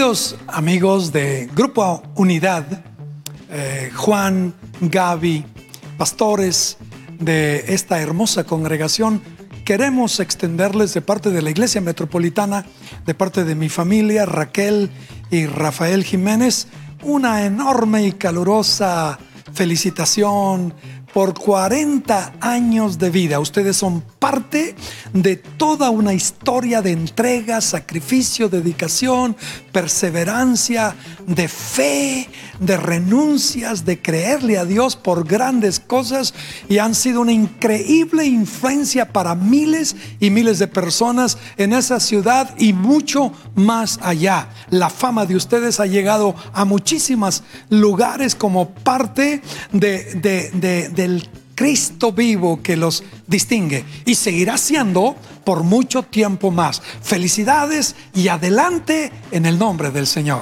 Queridos amigos de Grupo Unidad, Juan, Gaby, pastores de esta hermosa congregación, queremos extenderles de parte de la Iglesia Metropolitana, de parte de mi familia, Raquel y Rafael Jiménez, una enorme y calurosa felicitación por 40 años de vida. Ustedes son parte de toda una historia de entrega, sacrificio, dedicación, perseverancia, de fe, de renuncias, de creerle a Dios por grandes cosas, y han sido una increíble influencia para miles y miles de personas en esa ciudad y mucho más allá. La fama de ustedes ha llegado a muchísimos lugares como parte del Cristo vivo que los distingue, y seguirá siendo por mucho tiempo más. Felicidades y adelante en el nombre del Señor.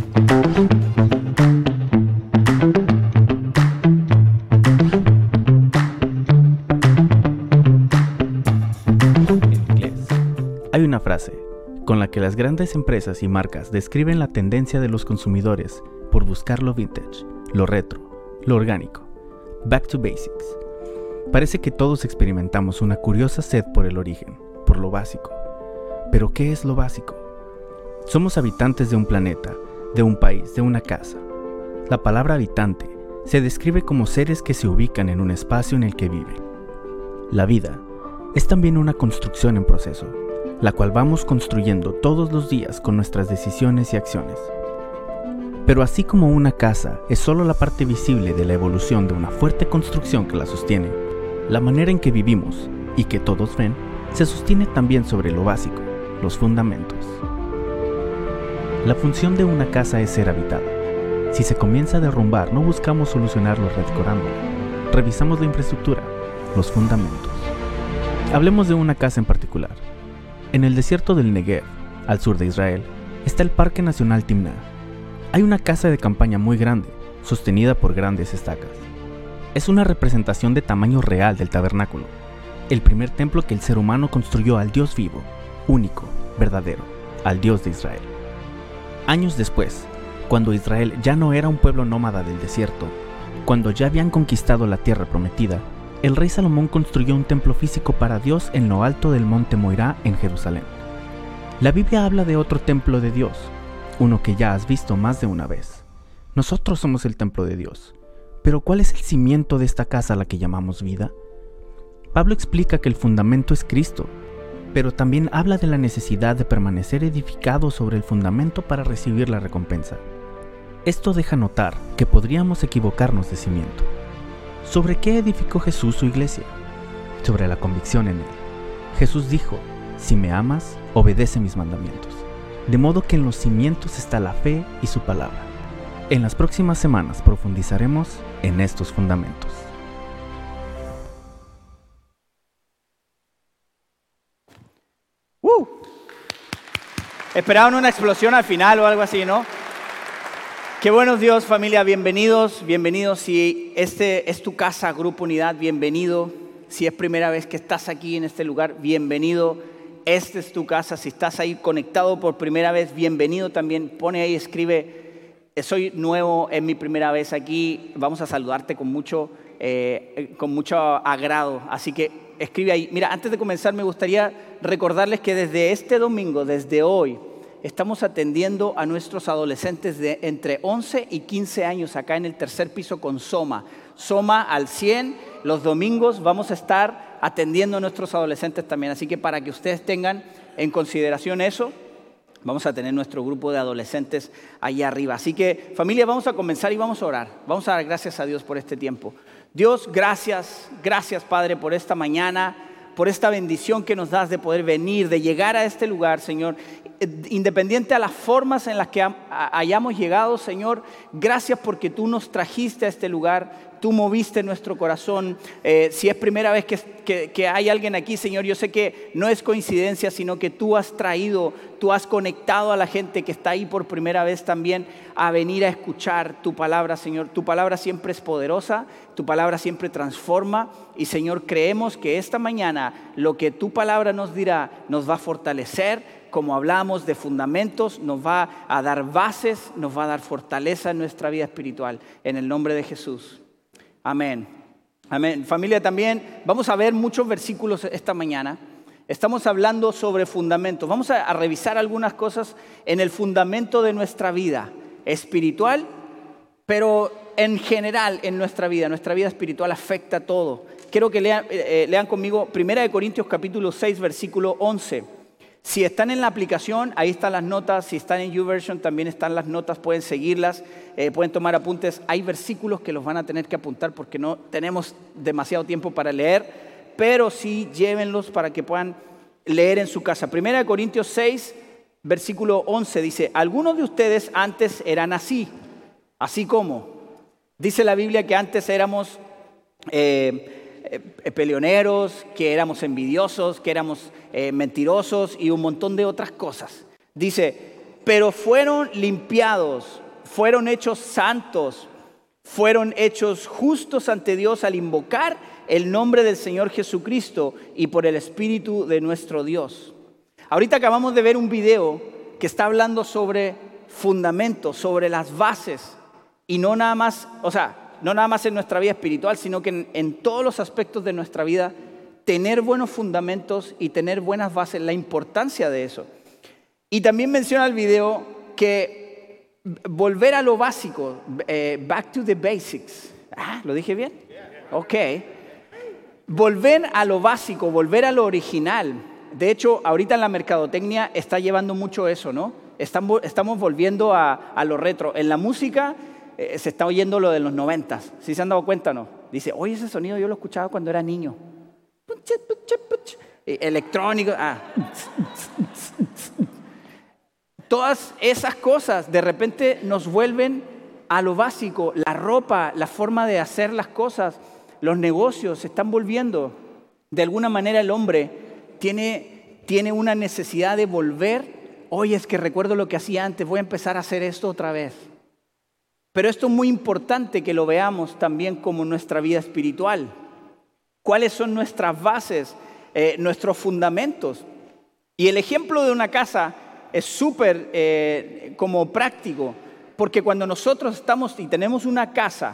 En inglés, hay una frase con la que las grandes empresas y marcas describen la tendencia de los consumidores por buscar lo vintage, lo retro, lo orgánico. Back to basics. Parece que todos experimentamos una curiosa sed por el origen, por lo básico. ¿Pero qué es lo básico? Somos habitantes de un planeta, de un país, de una casa. La palabra habitante se describe como seres que se ubican en un espacio en el que viven. La vida es también una construcción en proceso, la cual vamos construyendo todos los días con nuestras decisiones y acciones. Pero así como una casa es solo la parte visible de la evolución de una fuerte construcción que la sostiene, la manera en que vivimos y que todos ven se sostiene también sobre lo básico, los fundamentos. La función de una casa es ser habitada. Si se comienza a derrumbar, no buscamos solucionarlo redecorándola. Revisamos la infraestructura, los fundamentos. Hablemos de una casa en particular. En el desierto del Negev, al sur de Israel, está el Parque Nacional Timná. Hay una casa de campaña muy grande, sostenida por grandes estacas. Es una representación de tamaño real del tabernáculo, el primer templo que el ser humano construyó al Dios vivo, único, verdadero, al Dios de Israel. Años después, cuando Israel ya no era un pueblo nómada del desierto, cuando ya habían conquistado la tierra prometida, el rey Salomón construyó un templo físico para Dios en lo alto del monte Moirá en Jerusalén. La Biblia habla de otro templo de Dios, uno que ya has visto más de una vez. Nosotros somos el templo de Dios. Pero ¿cuál es el cimiento de esta casa a la que llamamos vida? Pablo explica que el fundamento es Cristo, pero también habla de la necesidad de permanecer edificado sobre el fundamento para recibir la recompensa. Esto deja notar que podríamos equivocarnos de cimiento. ¿Sobre qué edificó Jesús su iglesia? Sobre la convicción en él. Jesús dijo: si me amas, obedece mis mandamientos. De modo que en los cimientos está la fe y su palabra. En las próximas semanas profundizaremos en estos fundamentos. Esperaban una explosión al final o algo así, ¿no? Qué buenos Dios, familia, bienvenidos. Si este es tu casa, Grupo Unidad, bienvenido. Si es primera vez que estás aquí en este lugar, bienvenido. Esta es tu casa. Si estás ahí conectado por primera vez, bienvenido también. Pone ahí, escribe: soy nuevo, es mi primera vez aquí. Vamos a saludarte con mucho agrado. Así que escribe ahí. Mira, antes de comenzar me gustaría recordarles que desde este domingo, desde hoy, estamos atendiendo a nuestros adolescentes de entre 11 y 15 años acá en el tercer piso con Soma. Soma al 100. Los domingos vamos a estar atendiendo a nuestros adolescentes también. Así que para que ustedes tengan en consideración eso, vamos a tener nuestro grupo de adolescentes allá arriba. Así que, familia, vamos a comenzar y vamos a orar. Vamos a dar gracias a Dios por este tiempo. Dios, gracias, Padre, por esta mañana, por esta bendición que nos das de poder venir, de llegar a este lugar, Señor. Independiente a las formas en las que hayamos llegado, Señor, gracias porque tú nos trajiste a este lugar Tú moviste nuestro corazón. Si es primera vez que hay alguien aquí, Señor, yo sé que no es coincidencia, sino que tú has conectado a la gente que está ahí por primera vez también a venir a escuchar tu palabra, Señor. Tu palabra siempre es poderosa, tu palabra siempre transforma. Y, Señor, creemos que esta mañana lo que tu palabra nos dirá nos va a fortalecer. Como hablamos de fundamentos, nos va a dar bases, nos va a dar fortaleza en nuestra vida espiritual. En el nombre de Jesús. Amén. Amén. Familia, también vamos a ver muchos versículos esta mañana. Estamos hablando sobre fundamentos. Vamos a revisar algunas cosas en el fundamento de nuestra vida espiritual, pero en general en nuestra vida espiritual afecta todo. Quiero que lean conmigo 1 Corintios capítulo 6, versículo 11. Si están en la aplicación, ahí están las notas. Si están en YouVersion, también están las notas. Pueden seguirlas, pueden tomar apuntes. Hay versículos que los van a tener que apuntar porque no tenemos demasiado tiempo para leer, pero sí llévenlos para que puedan leer en su casa. 1 Corintios 6, versículo 11 dice: algunos de ustedes antes eran así como. Dice la Biblia que antes éramos peleoneros, que éramos envidiosos, que éramos mentirosos y un montón de otras cosas. Dice, pero fueron limpiados, fueron hechos santos, fueron hechos justos ante Dios al invocar el nombre del Señor Jesucristo y por el Espíritu de nuestro Dios. Ahorita acabamos de ver un video que está hablando sobre fundamentos, sobre las bases, y no nada más, no nada más en nuestra vida espiritual, sino que en todos los aspectos de nuestra vida, tener buenos fundamentos y tener buenas bases, la importancia de eso. Y también menciona el video que volver a lo básico, back to the basics. ¿Lo dije bien? Ok. Volver a lo básico, volver a lo original. De hecho, ahorita en la mercadotecnia está llevando mucho eso, ¿no? Estamos volviendo a lo retro. En la música se está oyendo lo de los 90s. ¿Sí se han dado cuenta o no? Dice, oye, ese sonido yo lo escuchaba cuando era niño. Electrónico. Todas esas cosas de repente nos vuelven a lo básico. La ropa, la forma de hacer las cosas, los negocios se están volviendo. De alguna manera el hombre tiene una necesidad de volver. Oye, es que recuerdo lo que hacía antes, voy a empezar a hacer esto otra vez. Pero esto es muy importante que lo veamos también como nuestra vida espiritual. ¿Cuáles son nuestras bases, nuestros fundamentos? Y el ejemplo de una casa es súper como práctico, porque cuando nosotros estamos y tenemos una casa,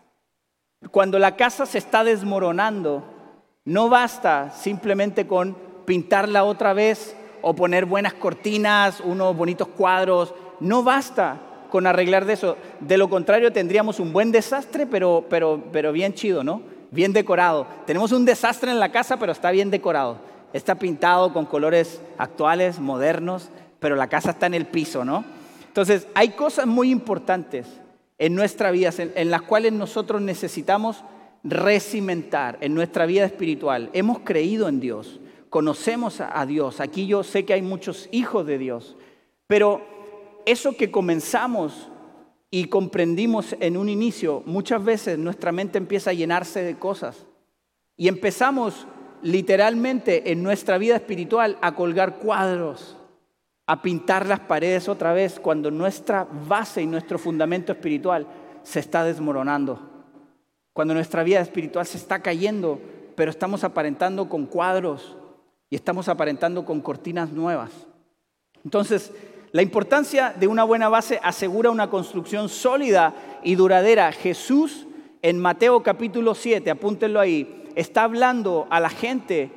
cuando la casa se está desmoronando, no basta simplemente con pintarla otra vez o poner buenas cortinas, unos bonitos cuadros, no basta con arreglar de eso. De lo contrario tendríamos un buen desastre, pero bien chido, ¿no? Bien decorado. Tenemos un desastre en la casa, pero está bien decorado. Está pintado con colores actuales, modernos, pero la casa está en el piso, ¿no? Entonces, hay cosas muy importantes en nuestra vida en las cuales nosotros necesitamos recimentar en nuestra vida espiritual. Hemos creído en Dios, conocemos a Dios. Aquí yo sé que hay muchos hijos de Dios, pero eso que comenzamos y comprendimos en un inicio, muchas veces nuestra mente empieza a llenarse de cosas y empezamos literalmente en nuestra vida espiritual a colgar cuadros, a pintar las paredes otra vez cuando nuestra base y nuestro fundamento espiritual se está desmoronando. Cuando nuestra vida espiritual se está cayendo, pero estamos aparentando con cuadros y estamos aparentando con cortinas nuevas. Entonces, la importancia de una buena base asegura una construcción sólida y duradera. Jesús en Mateo capítulo 7, apúntenlo ahí, está hablando a la gente.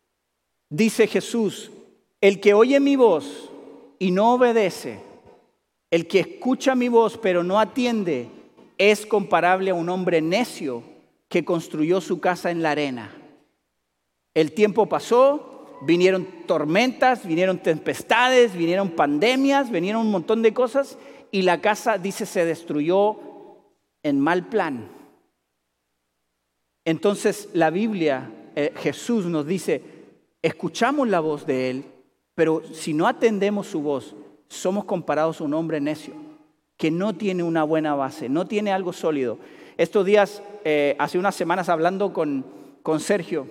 Dice Jesús, el que oye mi voz y no obedece, el que escucha mi voz pero no atiende, es comparable a un hombre necio que construyó su casa en la arena. El tiempo pasó. Vinieron tormentas, vinieron tempestades, vinieron pandemias, vinieron un montón de cosas y la casa, dice, se destruyó en mal plan. Entonces la Biblia, Jesús nos dice, escuchamos la voz de Él, pero si no atendemos su voz, somos comparados a un hombre necio que no tiene una buena base, no tiene algo sólido. Estos días, hace unas semanas hablando con Sergio,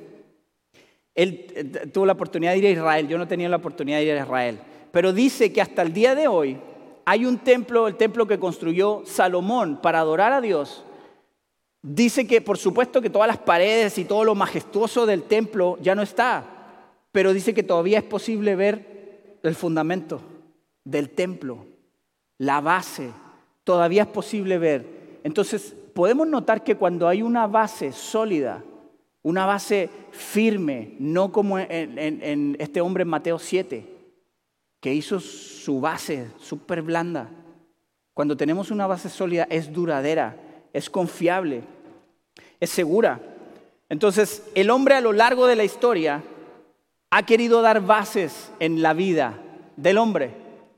él tuvo la oportunidad de ir a Israel, yo no tenía la oportunidad de ir a Israel, pero dice que hasta el día de hoy hay un templo, el templo que construyó Salomón para adorar a Dios. Dice que por supuesto que todas las paredes y todo lo majestuoso del templo ya no está, pero dice que todavía es posible ver el fundamento del templo, la base, todavía es posible ver. Entonces podemos notar que cuando hay una base sólida, una base firme, no como en este hombre en Mateo 7, que hizo su base súper blanda. Cuando tenemos una base sólida es duradera, es confiable, es segura. Entonces, el hombre a lo largo de la historia ha querido dar bases en la vida del hombre,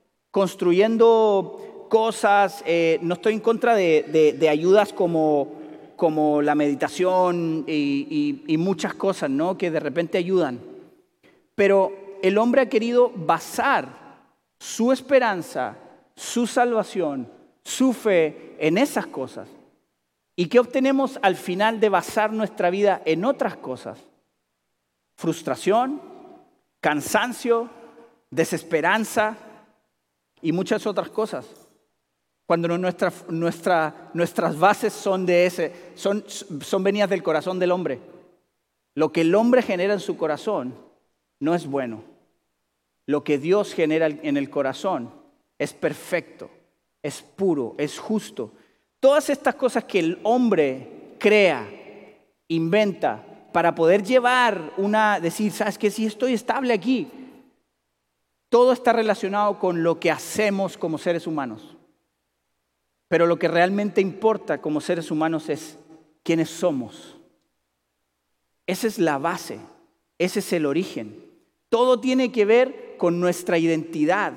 construyendo cosas. No estoy en contra de ayudas como la meditación y muchas cosas, ¿no?, que de repente ayudan. Pero el hombre ha querido basar su esperanza, su salvación, su fe en esas cosas. ¿Y qué obtenemos al final de basar nuestra vida en otras cosas? Frustración, cansancio, desesperanza y muchas otras cosas. Cuando nuestras bases son son venidas del corazón del hombre. Lo que el hombre genera en su corazón no es bueno. Lo que Dios genera en el corazón es perfecto, es puro, es justo. Todas estas cosas que el hombre crea, inventa, para poder decir, ¿sabes qué? Si estoy estable aquí. Todo está relacionado con lo que hacemos como seres humanos. Pero lo que realmente importa como seres humanos es quiénes somos. Esa es la base, ese es el origen. Todo tiene que ver con nuestra identidad.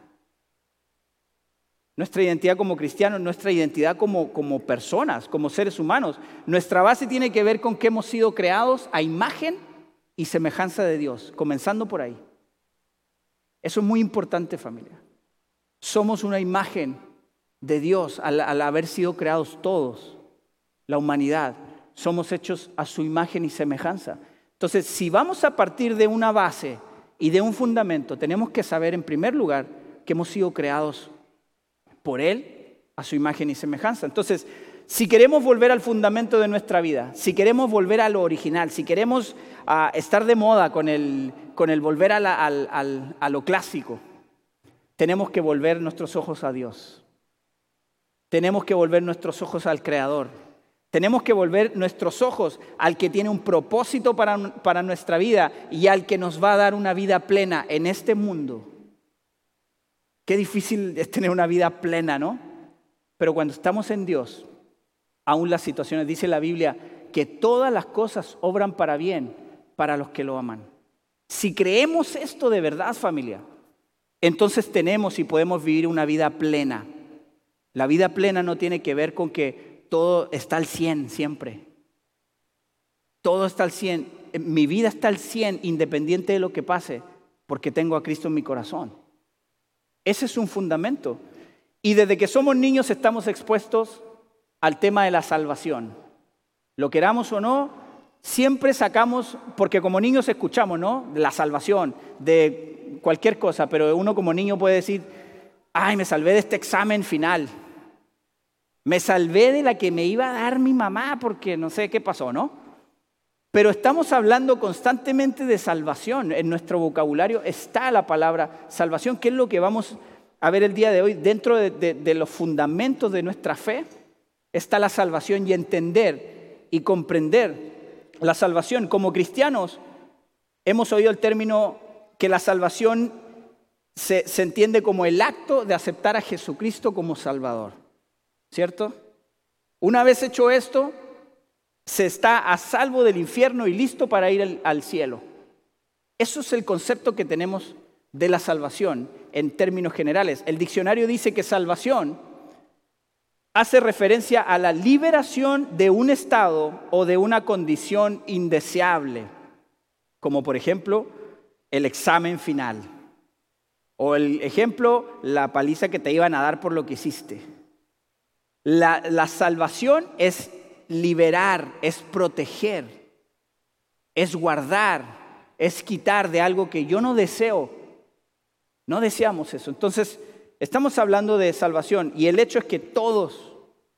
Nuestra identidad como cristianos, nuestra identidad como personas, como seres humanos. Nuestra base tiene que ver con que hemos sido creados a imagen y semejanza de Dios, comenzando por ahí. Eso es muy importante, familia. Somos una imagen de Dios al haber sido creados todos, la humanidad. Somos hechos a su imagen y semejanza. Entonces, si vamos a partir de una base y de un fundamento, tenemos que saber en primer lugar que hemos sido creados por Él a su imagen y semejanza. Entonces, si queremos volver al fundamento de nuestra vida, si queremos volver a lo original, si queremos estar de moda con el volver a lo clásico, tenemos que volver nuestros ojos a Dios. Tenemos que volver nuestros ojos al Creador. Tenemos que volver nuestros ojos al que tiene un propósito para nuestra vida y al que nos va a dar una vida plena en este mundo. Qué difícil es tener una vida plena, ¿no? Pero cuando estamos en Dios, aún las situaciones, dice la Biblia, que todas las cosas obran para bien para los que lo aman. Si creemos esto de verdad, familia, entonces tenemos y podemos vivir una vida plena. La vida plena no tiene que ver con que todo está al 100 siempre. Todo está al 100. Mi vida está al 100 independiente de lo que pase, porque tengo a Cristo en mi corazón. Ese es un fundamento. Y desde que somos niños estamos expuestos al tema de la salvación. Lo queramos o no, siempre sacamos, porque como niños escuchamos, ¿no?, de la salvación, de cualquier cosa, pero uno como niño puede decir, ay, me salvé de este examen final. Me salvé de la que me iba a dar mi mamá porque no sé qué pasó, ¿no? Pero estamos hablando constantemente de salvación. En nuestro vocabulario está la palabra salvación, que es lo que vamos a ver el día de hoy. Dentro de los fundamentos de nuestra fe está la salvación y entender y comprender la salvación. Como cristianos hemos oído el término que la salvación se entiende como el acto de aceptar a Jesucristo como Salvador, ¿cierto? Una vez hecho esto, se está a salvo del infierno y listo para ir al cielo. Eso es el concepto que tenemos de la salvación en términos generales. El diccionario dice que salvación hace referencia a la liberación de un estado o de una condición indeseable, como por ejemplo el examen final, o el ejemplo, la paliza que te iban a dar por lo que hiciste. La salvación es liberar, es proteger, es guardar, es quitar de algo que yo no deseo. No deseamos eso. Entonces, estamos hablando de salvación y el hecho es que todos,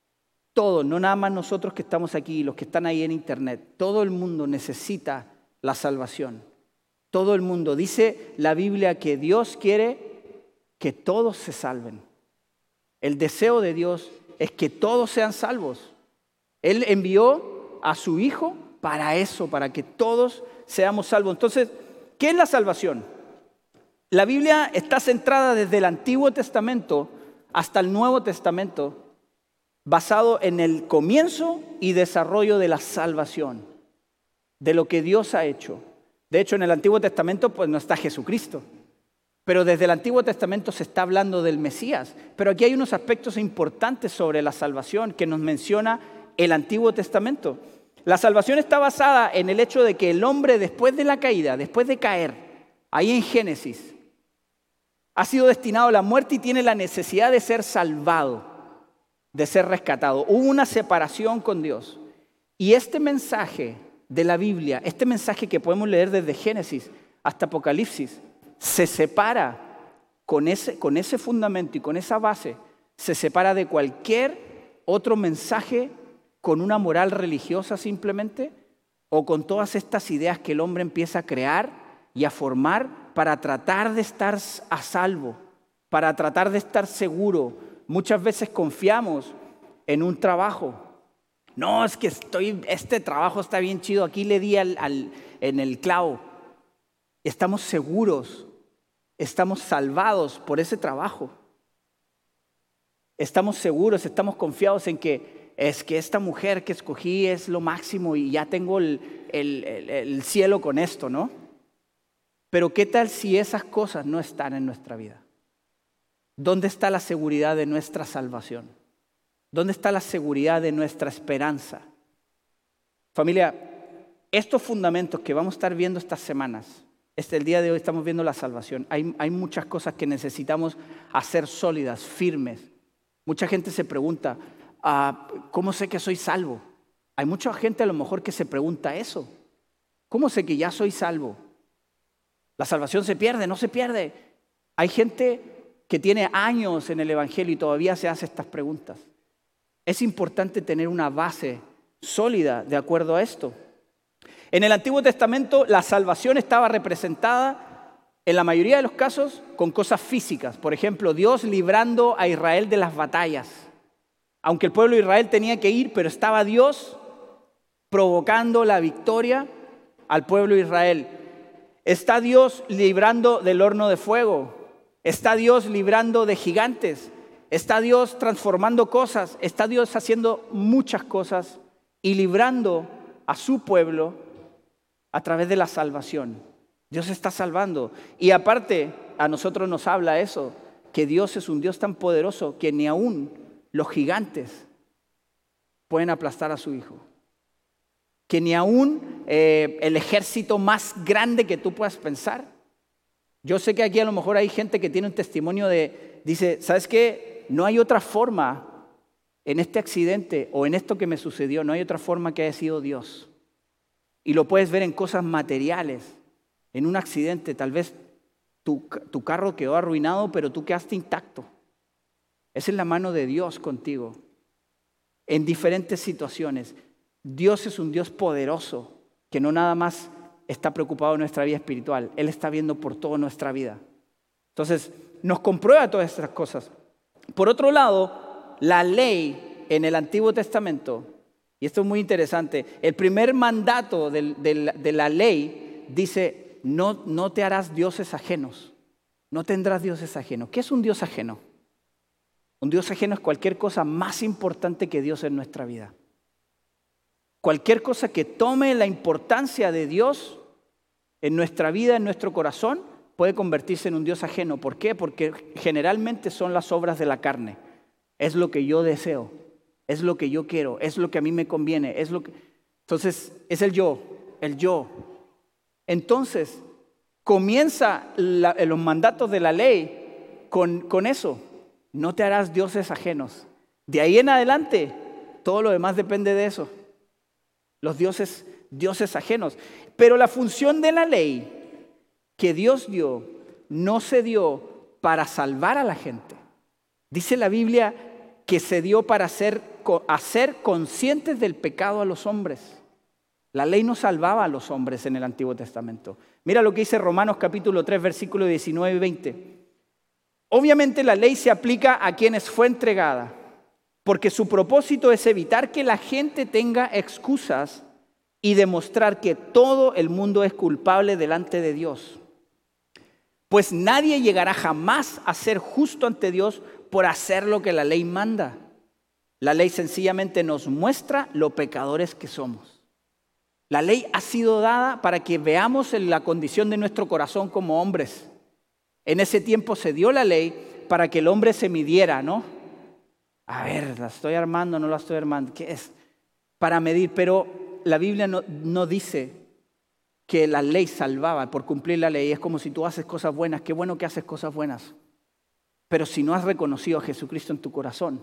no nada más nosotros que estamos aquí, los que están ahí en internet, todo el mundo necesita la salvación. Todo el mundo. Dice la Biblia que Dios quiere que todos se salven. El deseo de Dios es que todos sean salvos. Él envió a su Hijo para eso, para que todos seamos salvos. Entonces, ¿qué es la salvación? La Biblia está centrada desde el Antiguo Testamento hasta el Nuevo Testamento, basado en el comienzo y desarrollo de la salvación, de lo que Dios ha hecho. De hecho, en el Antiguo Testamento pues no está Jesucristo, pero desde el Antiguo Testamento se está hablando del Mesías. Pero aquí hay unos aspectos importantes sobre la salvación que nos menciona el Antiguo Testamento. La salvación está basada en el hecho de que el hombre después de la caída, después de caer, ahí en Génesis, ha sido destinado a la muerte y tiene la necesidad de ser salvado, de ser rescatado. Hubo una separación con Dios. Y este mensaje de la Biblia, este mensaje que podemos leer desde Génesis hasta Apocalipsis, se separa con ese fundamento y con esa base, se separa de cualquier otro mensaje con una moral religiosa simplemente, o con todas estas ideas que el hombre empieza a crear y a formar para tratar de estar a salvo, para tratar de estar seguro. Muchas veces confiamos en un trabajo. No, es que este trabajo está bien chido, aquí le di en el clavo. Estamos seguros, estamos salvados por ese trabajo. Estamos seguros, estamos confiados en que es que esta mujer que escogí es lo máximo y ya tengo el cielo con esto, ¿no? Pero ¿qué tal si esas cosas no están en nuestra vida? ¿Dónde está la seguridad de nuestra salvación? ¿Dónde está la seguridad de nuestra esperanza? Familia, estos fundamentos que vamos a estar viendo estas semanas, el día de hoy estamos viendo la salvación. Hay muchas cosas que necesitamos hacer sólidas, firmes. Mucha gente se pregunta, ¿cómo sé que soy salvo? Hay mucha gente a lo mejor que se pregunta eso. ¿Cómo sé que ya soy salvo? ¿La salvación se pierde? ¿No se pierde? Hay gente que tiene años en el Evangelio y todavía se hace estas preguntas. Es importante tener una base sólida de acuerdo a esto. En el Antiguo Testamento la salvación estaba representada en la mayoría de los casos con cosas físicas. Por ejemplo, Dios librando a Israel de las batallas. Aunque el pueblo de Israel tenía que ir, pero estaba Dios provocando la victoria al pueblo de Israel. Está Dios librando del horno de fuego. Está Dios librando de gigantes. Está Dios transformando cosas. Está Dios haciendo muchas cosas y librando a su pueblo a través de la salvación. Dios está salvando. Y aparte, a nosotros nos habla eso, que Dios es un Dios tan poderoso que ni aún los gigantes pueden aplastar a su Hijo. Que ni aún el ejército más grande que tú puedas pensar. Yo sé que aquí a lo mejor hay gente que tiene un testimonio dice, ¿sabes qué? No hay otra forma en este accidente o en esto que me sucedió, no hay otra forma que haya sido Dios. Y lo puedes ver en cosas materiales, en un accidente, tal vez tu carro quedó arruinado, pero tú quedaste intacto. Esa es la mano de Dios contigo, en diferentes situaciones. Dios es un Dios poderoso, que no nada más está preocupado en nuestra vida espiritual, Él está viendo por toda nuestra vida. Entonces, nos comprueba todas estas cosas. Por otro lado, la ley en el Antiguo Testamento, y esto es muy interesante, el primer mandato de la ley dice, no te harás dioses ajenos, no tendrás dioses ajenos. ¿Qué es un Dios ajeno? Un Dios ajeno es cualquier cosa más importante que Dios en nuestra vida. Cualquier cosa que tome la importancia de Dios en nuestra vida, en nuestro corazón, puede convertirse en un Dios ajeno. ¿Por qué? Porque generalmente son las obras de la carne. Es lo que yo deseo, es lo que yo quiero, es lo que a mí me conviene, Entonces, es el yo. Entonces, comienza los mandatos de la ley con eso. No te harás dioses ajenos. De ahí en adelante, todo lo demás depende de eso. los dioses ajenos. Pero la función de la ley que Dios dio no se dio para salvar a la gente. Dice la Biblia que se dio para hacer conscientes del pecado a los hombres. La ley no salvaba a los hombres en el Antiguo Testamento. Mira lo que dice Romanos capítulo 3, versículos 19 y 20. Obviamente la ley se aplica a quienes fue entregada, porque su propósito es evitar que la gente tenga excusas y demostrar que todo el mundo es culpable delante de Dios. Pues nadie llegará jamás a ser justo ante Dios por hacer lo que la ley manda. La ley sencillamente nos muestra lo pecadores que somos. La ley ha sido dada para que veamos la condición de nuestro corazón como hombres. En ese tiempo se dio la ley para que el hombre se midiera, ¿no? A ver, ¿la estoy armando o no la estoy armando? ¿Qué es? Para medir, pero la Biblia no dice que la ley salvaba por cumplir la ley. Es como si tú haces cosas buenas, qué bueno que haces cosas buenas. Pero si no has reconocido a Jesucristo en tu corazón,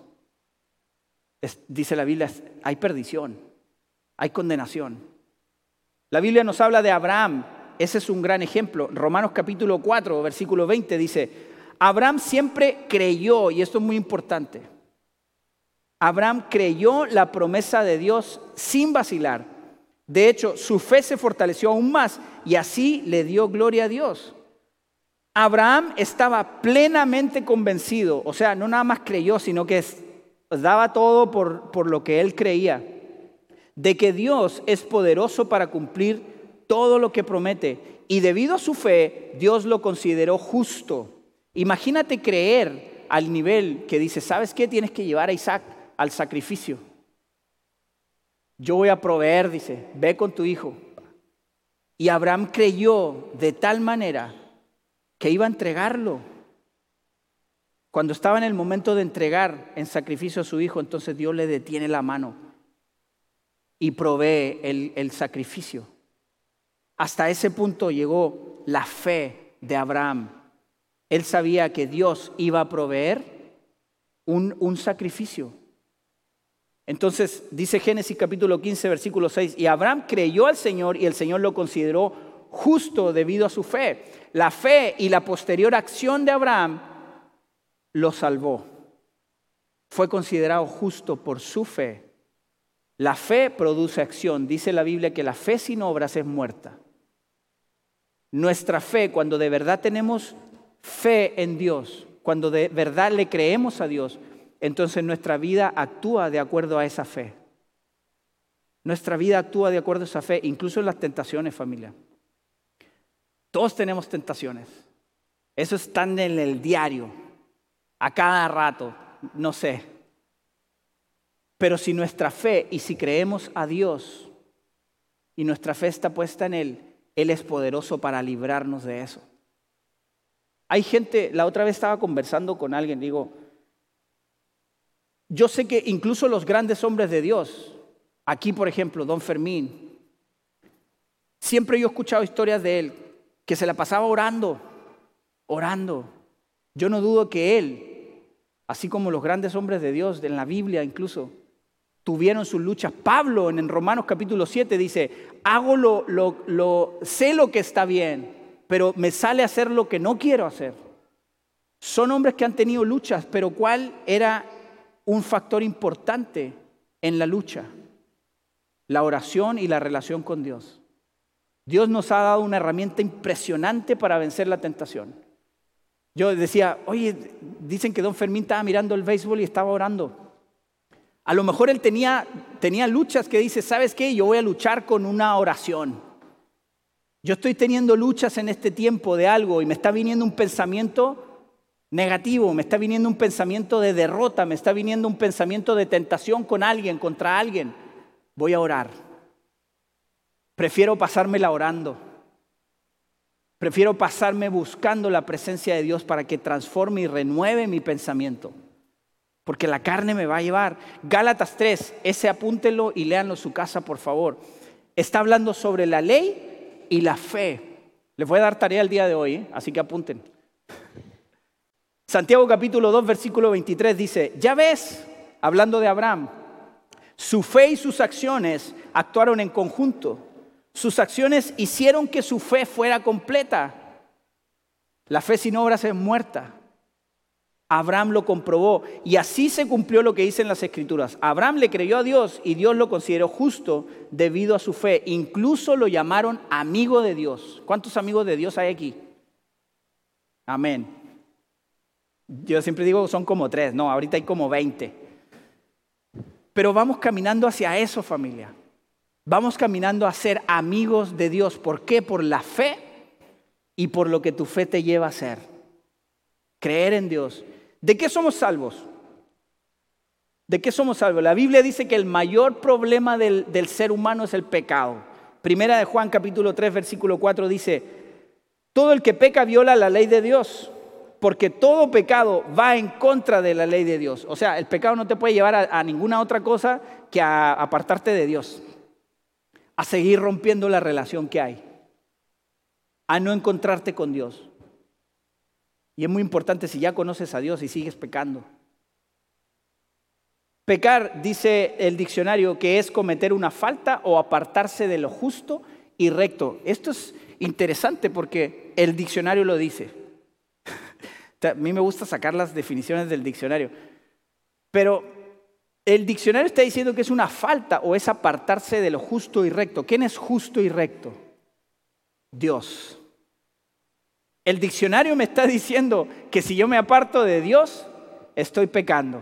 dice la Biblia, hay perdición, hay condenación. La Biblia nos habla de Abraham, ese es un gran ejemplo. Romanos capítulo 4, versículo 20 dice, Abraham siempre creyó, y esto es muy importante, Abraham creyó la promesa de Dios sin vacilar. De hecho, su fe se fortaleció aún más y así le dio gloria a Dios. Abraham estaba plenamente convencido, o sea, no nada más creyó, sino que daba todo por lo que él creía, de que Dios es poderoso para cumplir todo lo que promete. Y debido a su fe, Dios lo consideró justo. Imagínate creer al nivel que dice, ¿sabes qué? Tienes que llevar a Isaac al sacrificio. Yo voy a proveer, dice, ve con tu hijo. Y Abraham creyó de tal manera que iba a entregarlo. Cuando estaba en el momento de entregar en sacrificio a su hijo, entonces Dios le detiene la mano y provee el sacrificio. Hasta ese punto llegó la fe de Abraham. Él sabía que Dios iba a proveer un sacrificio. Entonces dice Génesis capítulo 15, versículo 6, y Abraham creyó al Señor y el Señor lo consideró justo debido a su fe. La fe y la posterior acción de Abraham lo salvó. Fue considerado justo por su fe. La fe produce acción. Dice la Biblia que la fe sin obras es muerta. Nuestra fe, cuando de verdad tenemos fe en Dios, cuando de verdad le creemos a Dios, entonces nuestra vida actúa de acuerdo a esa fe. Nuestra vida actúa de acuerdo a esa fe, incluso en las tentaciones, familia. Todos tenemos tentaciones. Eso está en el diario, a cada rato, no sé. Pero si nuestra fe y si creemos a Dios y nuestra fe está puesta en Él, Él es poderoso para librarnos de eso. Hay gente, la otra vez estaba conversando con alguien, digo, yo sé que incluso los grandes hombres de Dios, aquí por ejemplo, Don Fermín, siempre yo he escuchado historias de él, que se la pasaba orando. Yo no dudo que él, así como los grandes hombres de Dios, en la Biblia incluso, tuvieron sus luchas. Pablo en Romanos capítulo 7 dice, sé lo que está bien, pero me sale a hacer lo que no quiero hacer. Son hombres que han tenido luchas, pero ¿cuál era un factor importante en la lucha? La oración y la relación con Dios. Dios nos ha dado una herramienta impresionante para vencer la tentación. Yo decía, oye, dicen que Don Fermín estaba mirando el béisbol y estaba orando. A lo mejor él tenía luchas que dice, ¿sabes qué? Yo voy a luchar con una oración. Yo estoy teniendo luchas en este tiempo de algo y me está viniendo un pensamiento negativo, me está viniendo un pensamiento de derrota, me está viniendo un pensamiento de tentación con alguien, contra alguien. Voy a orar. Prefiero pasármela orando. Prefiero pasarme buscando la presencia de Dios para que transforme y renueve mi pensamiento. Porque la carne me va a llevar. Gálatas 3, ese apúntenlo y léanlo en su casa, por favor. Está hablando sobre la ley y la fe. Les voy a dar tarea el día de hoy, así que apunten. Santiago capítulo 2, versículo 23 dice, ya ves, hablando de Abraham, Su fe y sus acciones actuaron en conjunto. Sus acciones hicieron que su fe fuera completa. La fe sin obras es muerta. Abraham lo comprobó y así se cumplió lo que dicen las Escrituras. Abraham le creyó a Dios y Dios lo consideró justo debido a su fe. Incluso lo llamaron amigo de Dios. ¿Cuántos amigos de Dios hay aquí? Amén. Yo siempre digo son como 3, no, ahorita hay como 20. Pero vamos caminando hacia eso, familia. Vamos caminando a ser amigos de Dios. ¿Por qué? Por la fe y por lo que tu fe te lleva a hacer. Creer en Dios. ¿De qué somos salvos? ¿De qué somos salvos? La Biblia dice que el mayor problema del ser humano es el pecado. Primera de Juan capítulo 3 versículo 4 dice: todo el que peca viola la ley de Dios, porque todo pecado va en contra de la ley de Dios. O sea, el pecado no te puede llevar a ninguna otra cosa que a apartarte de Dios, a seguir rompiendo la relación que hay, a no encontrarte con Dios. Y es muy importante si ya conoces a Dios y sigues pecando. Pecar, dice el diccionario, que es cometer una falta o apartarse de lo justo y recto. Esto es interesante porque el diccionario lo dice. A mí me gusta sacar las definiciones del diccionario. Pero el diccionario está diciendo que es una falta o es apartarse de lo justo y recto. ¿Quién es justo y recto? Dios. El diccionario me está diciendo que si yo me aparto de Dios, estoy pecando.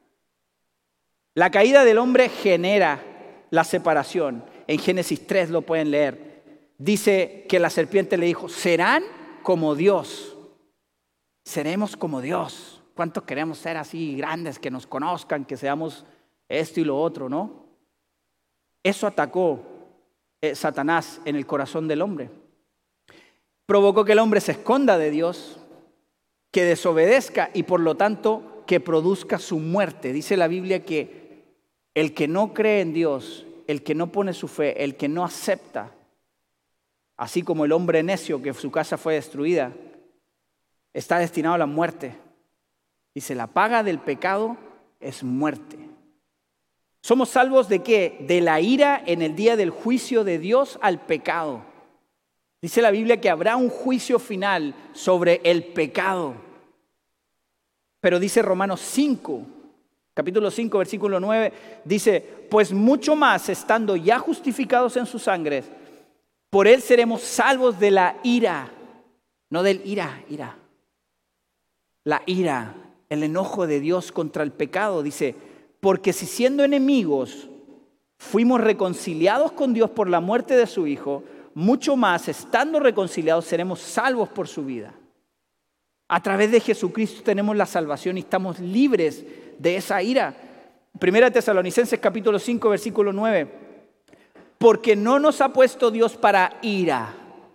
La caída del hombre genera la separación. En Génesis 3 lo pueden leer. Dice que la serpiente le dijo: serán como Dios. Seremos como Dios. ¿Cuántos queremos ser así grandes, que nos conozcan, que seamos esto y lo otro, no? Eso atacó Satanás en el corazón del hombre. Provocó que el hombre se esconda de Dios, que desobedezca y por lo tanto que produzca su muerte. Dice la Biblia que el que no cree en Dios, el que no pone su fe, el que no acepta, así como el hombre necio que su casa fue destruida, está destinado a la muerte. Dice, la paga del pecado es muerte. ¿Somos salvos de qué? De la ira en el día del juicio de Dios al pecado. Dice la Biblia que habrá un juicio final sobre el pecado. Pero dice Romanos 5, capítulo 5, versículo 9, dice: pues mucho más, estando ya justificados en su sangre, por él seremos salvos de la ira. No del ira. La ira, el enojo de Dios contra el pecado. Dice, porque si siendo enemigos fuimos reconciliados con Dios por la muerte de su Hijo, mucho más, estando reconciliados, seremos salvos por su vida. A través de Jesucristo tenemos la salvación y estamos libres de esa ira. Primera Tesalonicenses capítulo 5, versículo 9. Porque no nos ha puesto Dios para ira,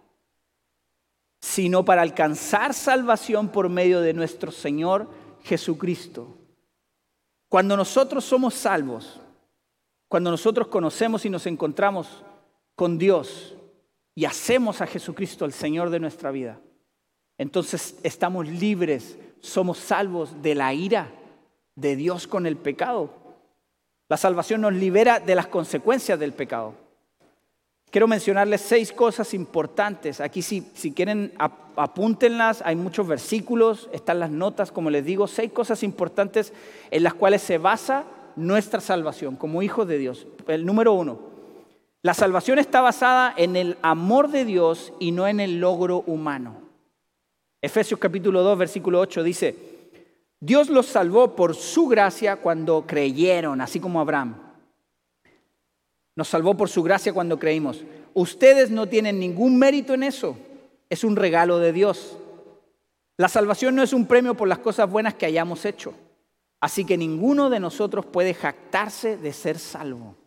sino para alcanzar salvación por medio de nuestro Señor Jesucristo. Cuando nosotros somos salvos, cuando nosotros conocemos y nos encontramos con Dios y hacemos a Jesucristo el Señor de nuestra vida, entonces estamos libres, somos salvos de la ira de Dios con el pecado. La salvación nos libera de las consecuencias del pecado. Quiero mencionarles 6 cosas importantes. Aquí si quieren apúntenlas, hay muchos versículos, están las notas, como les digo, 6 cosas importantes en las cuales se basa nuestra salvación como hijos de Dios. El número 1, la salvación está basada en el amor de Dios y no en el logro humano. Efesios capítulo 2, versículo 8 dice: Dios los salvó por su gracia cuando creyeron, así como Abraham. Nos salvó por su gracia cuando creímos. Ustedes no tienen ningún mérito en eso. Es un regalo de Dios. La salvación no es un premio por las cosas buenas que hayamos hecho. Así que ninguno de nosotros puede jactarse de ser salvo.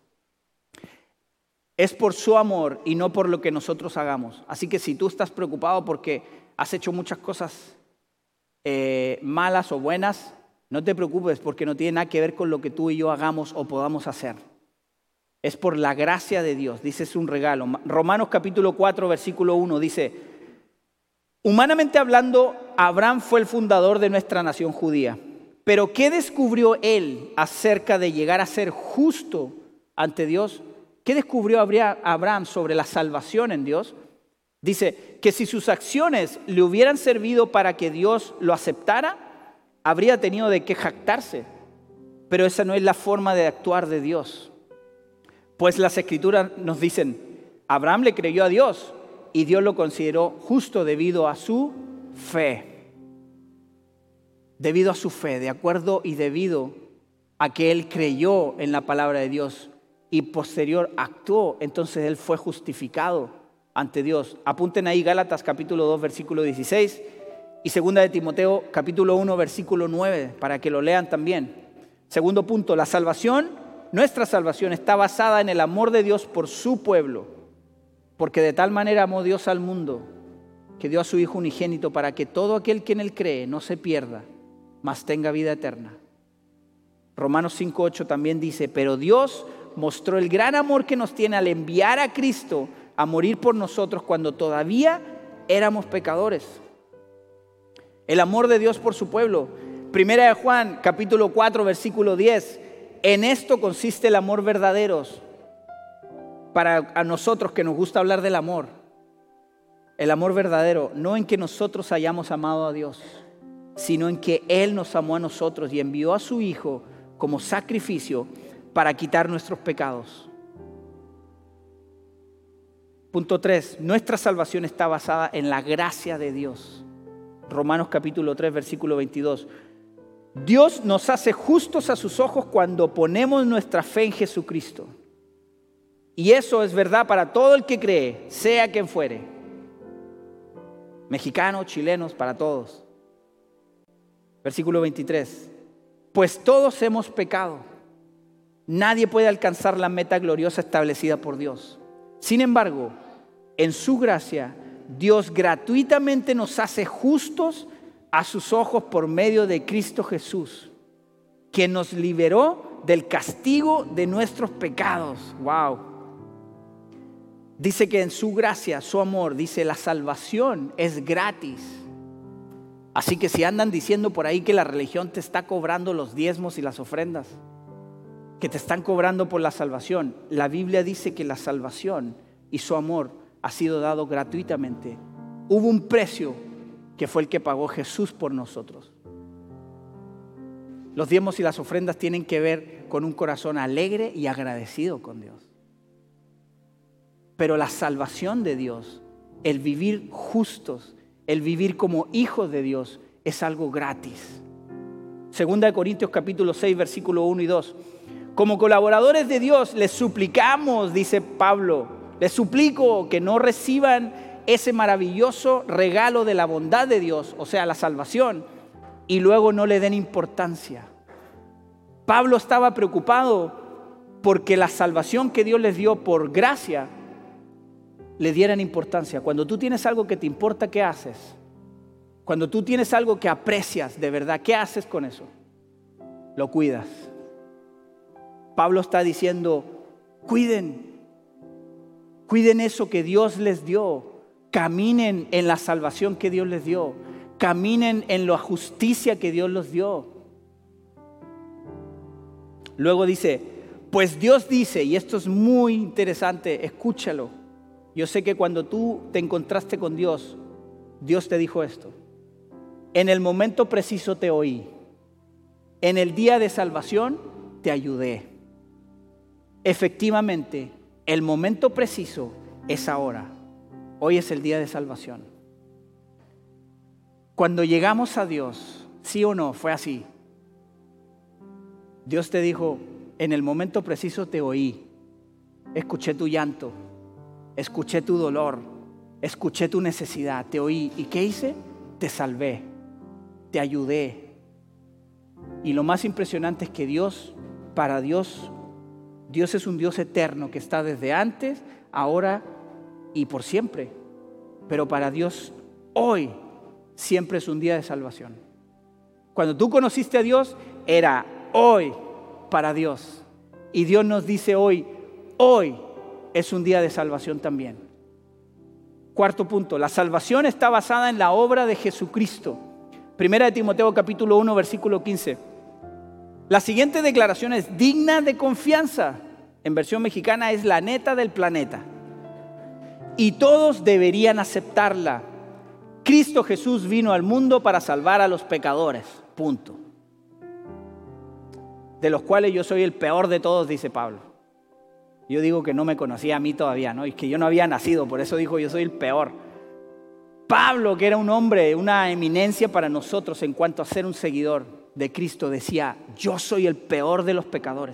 Es por su amor y no por lo que nosotros hagamos. Así que si tú estás preocupado porque has hecho muchas cosas malas o buenas, no te preocupes porque no tiene nada que ver con lo que tú y yo hagamos o podamos hacer. Es por la gracia de Dios, dice, es un regalo. Romanos capítulo 4, versículo 1 dice: humanamente hablando, Abraham fue el fundador de nuestra nación judía. Pero ¿qué descubrió él acerca de llegar a ser justo ante Dios, ¿qué descubrió Abraham sobre la salvación en Dios? Dice que si sus acciones le hubieran servido para que Dios lo aceptara, habría tenido de qué jactarse. Pero esa no es la forma de actuar de Dios. Pues las Escrituras nos dicen, Abraham le creyó a Dios y Dios lo consideró justo debido a su fe. Debido a su fe, de acuerdo y debido a que él creyó en la palabra de Dios y posterior actuó, entonces él fue justificado ante Dios. Apunten ahí Gálatas capítulo 2 versículo 16 y 2 de Timoteo capítulo 1 versículo 9 para que lo lean también. Segundo punto, la salvación, nuestra salvación está basada en el amor de Dios por su pueblo, porque de tal manera amó Dios al mundo que dio a su Hijo unigénito para que todo aquel que en él cree no se pierda, mas tenga vida eterna. Romanos 5:8 también dice, pero Dios mostró el gran amor que nos tiene al enviar a Cristo a morir por nosotros cuando todavía éramos pecadores. El amor de Dios por su pueblo. Primera de Juan, capítulo 4, versículo 10. En esto consiste el amor verdadero. Para a nosotros que nos gusta hablar del amor. El amor verdadero, no en que nosotros hayamos amado a Dios, sino en que Él nos amó a nosotros y envió a su Hijo como sacrificio para quitar nuestros pecados. Punto 3. Nuestra salvación está basada en la gracia de Dios. Romanos capítulo 3, versículo 22. Dios nos hace justos a sus ojos cuando ponemos nuestra fe en Jesucristo. Y eso es verdad para todo el que cree, sea quien fuere. Mexicanos, chilenos, para todos. Versículo 23. Pues todos hemos pecado. Nadie puede alcanzar la meta gloriosa establecida por Dios. Sin embargo, en su gracia, Dios gratuitamente nos hace justos a sus ojos por medio de Cristo Jesús, que nos liberó del castigo de nuestros pecados. Wow. Dice que en su gracia, su amor, dice la salvación es gratis. Así que si andan diciendo por ahí que la religión te está cobrando los diezmos y las ofrendas, que te están cobrando por la salvación, la Biblia dice que la salvación y su amor ha sido dado gratuitamente. Hubo un precio que fue el que pagó Jesús por nosotros. Los diezmos y las ofrendas tienen que ver con un corazón alegre y agradecido con Dios. Pero la salvación de Dios, el vivir justos, el vivir como hijos de Dios, es algo gratis. 2 Corintios capítulo 6, versículo 1 y 2. Como colaboradores de Dios, les suplicamos, dice Pablo, les suplico que no reciban ese maravilloso regalo de la bondad de Dios, o sea, la salvación, y luego no le den importancia. Pablo estaba preocupado porque la salvación que Dios les dio por gracia le dieran importancia. Cuando tú tienes algo que te importa, ¿qué haces? Cuando tú tienes algo que aprecias de verdad, ¿qué haces con eso? Lo cuidas. Pablo está diciendo, cuiden eso que Dios les dio. Caminen en la salvación que Dios les dio. Caminen en la justicia que Dios les dio. Luego dice, pues Dios dice, y esto es muy interesante, escúchalo. Yo sé que cuando tú te encontraste con Dios, Dios te dijo esto. En el momento preciso te oí. En el día de salvación te ayudé. Efectivamente, el momento preciso es ahora. Hoy es el día de salvación. Cuando llegamos a Dios, sí o no, fue así. Dios te dijo, en el momento preciso te oí. Escuché tu llanto, escuché tu dolor, escuché tu necesidad, te oí. ¿Y qué hice? Te salvé, te ayudé. Y lo más impresionante es que Dios es un Dios eterno que está desde antes, ahora y por siempre. Pero para Dios hoy siempre es un día de salvación. Cuando tú conociste a Dios era hoy para Dios. Y Dios nos dice hoy es un día de salvación también. Cuarto punto, la salvación está basada en la obra de Jesucristo. Primera de Timoteo capítulo 1 versículo 15. La siguiente declaración es digna de confianza. en versión mexicana es la neta del planeta. Y todos deberían aceptarla. Cristo Jesús vino al mundo para salvar a los pecadores. Punto. De los cuales yo soy el peor de todos, dice Pablo. Yo digo que no me conocía a mí todavía, ¿no? Y que yo no había nacido, por eso dijo yo soy el peor. Pablo, que era un hombre, una eminencia para nosotros en cuanto a ser un seguidor de Cristo, decía, yo soy el peor de los pecadores.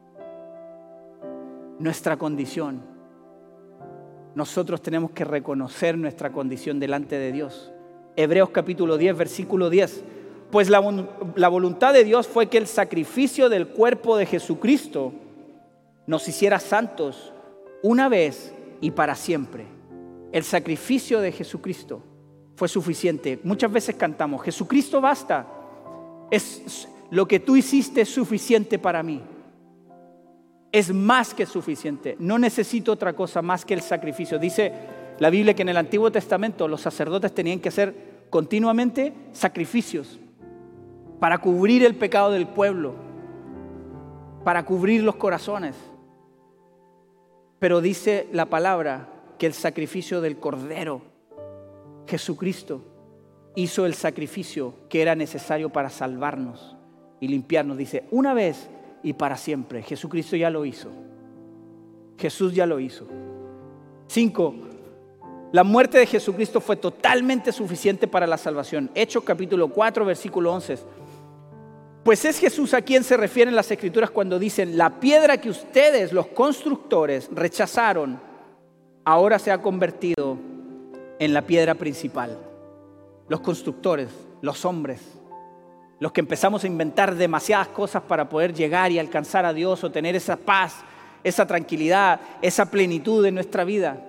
Nuestra condición. Nosotros tenemos que reconocer nuestra condición delante de Dios. Hebreos capítulo 10, versículo 10. Pues la voluntad de Dios fue que el sacrificio del cuerpo de Jesucristo nos hiciera santos una vez y para siempre. El sacrificio de Jesucristo fue suficiente. Muchas veces cantamos, Jesucristo basta. Lo que tú hiciste es suficiente para mí. Es más que suficiente. No necesito otra cosa más que el sacrificio. Dice la Biblia que en el Antiguo Testamento los sacerdotes tenían que hacer continuamente sacrificios para cubrir el pecado del pueblo, para cubrir los corazones. Pero dice la palabra que el sacrificio del Cordero, Jesucristo, hizo el sacrificio que era necesario para salvarnos y limpiarnos. Dice, una vez y para siempre. Jesucristo ya lo hizo. Jesús ya lo hizo. 5. La muerte de Jesucristo fue totalmente suficiente para la salvación. Hechos capítulo 4, versículo 11. Pues es Jesús a quien se refieren las Escrituras cuando dicen, la piedra que ustedes, los constructores, rechazaron, ahora se ha convertido en la piedra principal. Los constructores, los hombres, los que empezamos a inventar demasiadas cosas para poder llegar y alcanzar a Dios o tener esa paz, esa tranquilidad, esa plenitud en nuestra vida.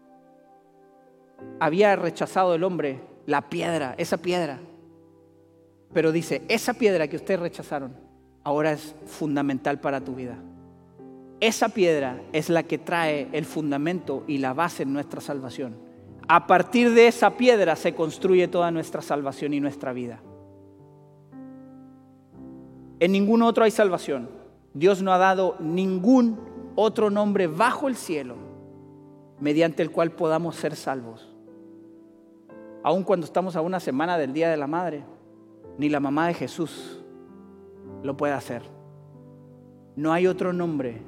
Había rechazado el hombre la piedra, esa piedra. Pero dice, esa piedra que ustedes rechazaron ahora es fundamental para tu vida. Esa piedra es la que trae el fundamento y la base en nuestra salvación. A partir de esa piedra se construye toda nuestra salvación y nuestra vida. En ningún otro hay salvación. Dios no ha dado ningún otro nombre bajo el cielo mediante el cual podamos ser salvos. Aun cuando estamos a una semana del Día de la Madre, ni la mamá de Jesús lo puede hacer. No hay otro nombre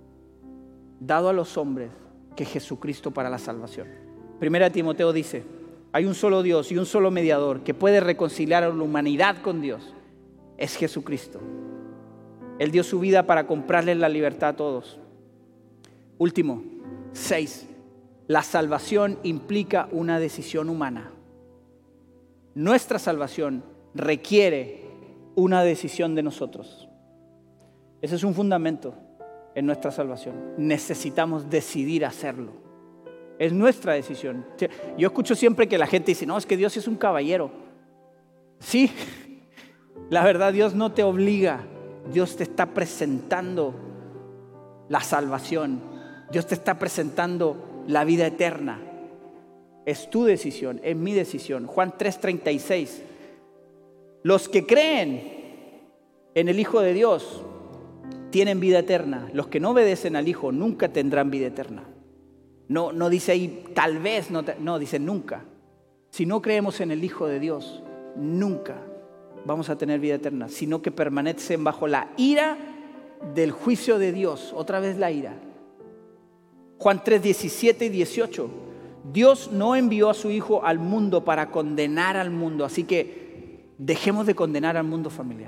dado a los hombres que Jesucristo para la salvación. Primera Timoteo dice, hay un solo Dios y un solo mediador que puede reconciliar a la humanidad con Dios. Es Jesucristo. Él dio su vida para comprarle la libertad a todos. Último, 6. La salvación implica una decisión humana. Nuestra salvación requiere una decisión de nosotros. Ese es un fundamento en nuestra salvación. Necesitamos decidir hacerlo. Es nuestra decisión. Yo escucho siempre que la gente dice, no, es que Dios es un caballero. Sí, la verdad, Dios no te obliga. Dios te está presentando la salvación. Dios te está presentando la vida eterna. Es tu decisión, es mi decisión. Juan 3:36. Los que creen en el Hijo de Dios tienen vida eterna. Los que no obedecen al Hijo nunca tendrán vida eterna. No dice ahí tal vez, no dice nunca. Si no creemos en el Hijo de Dios, nunca vamos a tener vida eterna, sino que permanecen bajo la ira del juicio de Dios. Otra vez la ira. Juan 3:17 y 18. Dios no envió a su Hijo al mundo para condenar al mundo, así que dejemos de condenar al mundo, familia.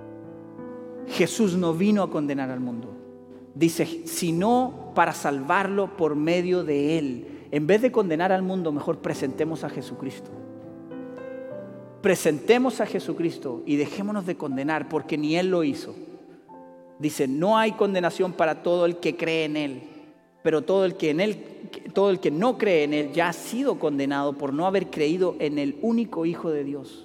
Jesús no vino a condenar al mundo. Dice, sino para salvarlo por medio de Él. En vez de condenar al mundo, mejor presentemos a Jesucristo. Presentemos a Jesucristo y dejémonos de condenar, porque ni Él lo hizo. Dice, no hay condenación para todo el que cree en Él, pero todo el que no cree en Él ya ha sido condenado por no haber creído en el único Hijo de Dios.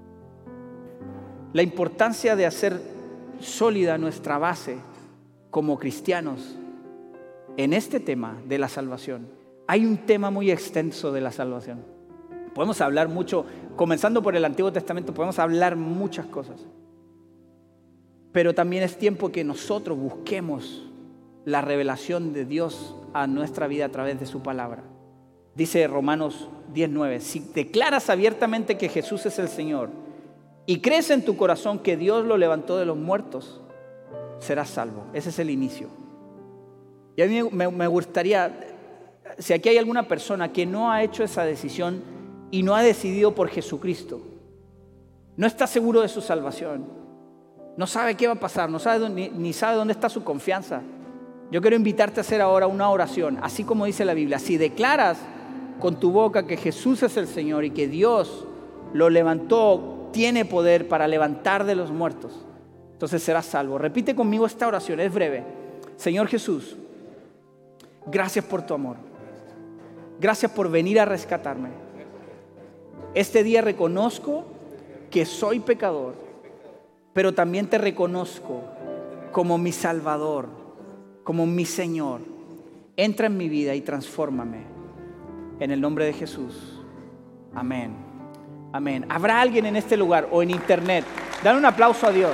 La importancia de hacer sólida nuestra base como cristianos en este tema de la salvación. Hay un tema muy extenso de la salvación. Podemos hablar mucho, comenzando por el Antiguo Testamento, podemos hablar muchas cosas. Pero también es tiempo que nosotros busquemos la revelación de Dios a nuestra vida a través de su palabra. Dice Romanos 10:9, si declaras abiertamente que Jesús es el Señor y crees en tu corazón que Dios lo levantó de los muertos, serás salvo. Ese es el inicio. Y a mí me gustaría, si aquí hay alguna persona que no ha hecho esa decisión y no ha decidido por Jesucristo, no está seguro de su salvación, no sabe qué va a pasar, no sabe ni sabe dónde está su confianza, yo quiero invitarte a hacer ahora una oración, así como dice la Biblia. Si declaras con tu boca que Jesús es el Señor y que Dios lo levantó, tiene poder para levantar de los muertos, entonces serás salvo. Repite conmigo esta oración, es breve. Señor Jesús, gracias por tu amor. Gracias por venir a rescatarme. Este día reconozco que soy pecador, pero también te reconozco como mi Salvador, como mi Señor. Entra en mi vida y transfórmame. En el nombre de Jesús. Amén. Amén. ¿Habrá alguien en este lugar o en internet? Dale un aplauso a Dios.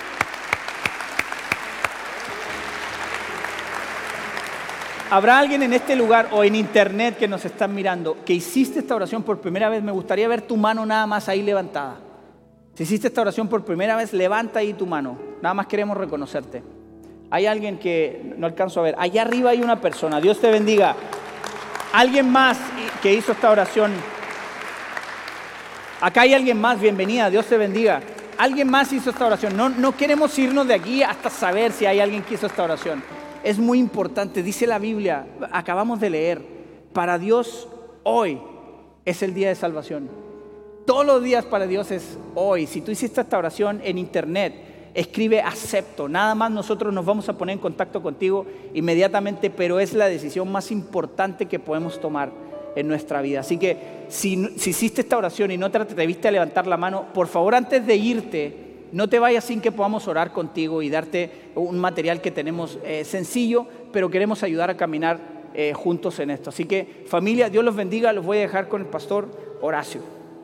¿Habrá alguien en este lugar o en internet que nos están mirando que hiciste esta oración por primera vez? Me gustaría ver tu mano nada más ahí levantada. Si hiciste esta oración por primera vez, levanta ahí tu mano. Nada más queremos reconocerte. Hay alguien que no alcanzo a ver. Allá arriba hay una persona. Dios te bendiga. Alguien más que hizo esta oración. Acá hay alguien más. Bienvenida. Dios te bendiga. Alguien más hizo esta oración. No queremos irnos de aquí hasta saber si hay alguien que hizo esta oración. Es muy importante, dice la Biblia, acabamos de leer, para Dios hoy es el día de salvación. Todos los días para Dios es hoy. Si tú hiciste esta oración en internet, escribe acepto. Nada más nosotros nos vamos a poner en contacto contigo inmediatamente, pero es la decisión más importante que podemos tomar en nuestra vida. Así que si hiciste esta oración y no te atreviste a levantar la mano, por favor, antes de irte, no te vayas sin que podamos orar contigo y darte un material que tenemos sencillo, pero queremos ayudar a caminar juntos en esto. Así que familia, Dios los bendiga. Los voy a dejar con el pastor Horacio.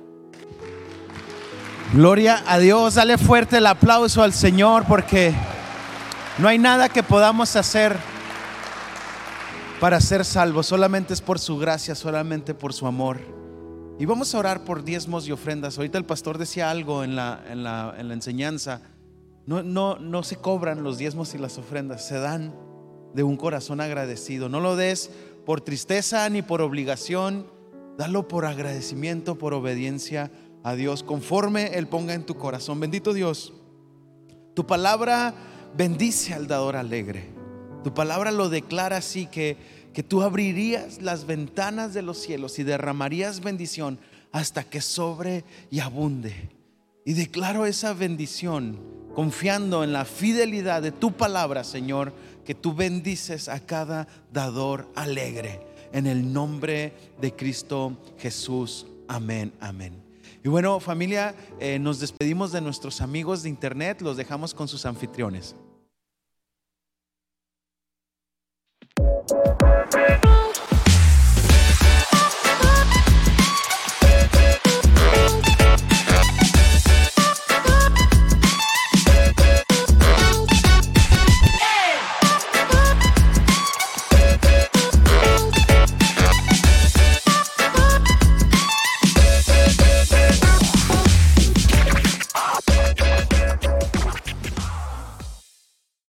Gloria a Dios. Dale fuerte el aplauso al Señor, porque no hay nada que podamos hacer para ser salvos. Solamente es por su gracia, solamente por su amor. Y vamos a orar por diezmos y ofrendas. Ahorita el pastor decía algo en la enseñanza. No se cobran los diezmos y las ofrendas, se dan de un corazón agradecido. No lo des por tristeza ni por obligación, dalo por agradecimiento, por obediencia a Dios, conforme Él ponga en tu corazón. Bendito Dios, tu palabra bendice al dador alegre. Tu palabra lo declara así, que tú abrirías las ventanas de los cielos y derramarías bendición hasta que sobre y abunde. Y declaro esa bendición confiando en la fidelidad de tu palabra, Señor, que tú bendices a cada dador alegre. En el nombre de Cristo Jesús. Amén, amén. Y bueno, familia, nos despedimos de nuestros amigos de internet. Los dejamos con sus anfitriones.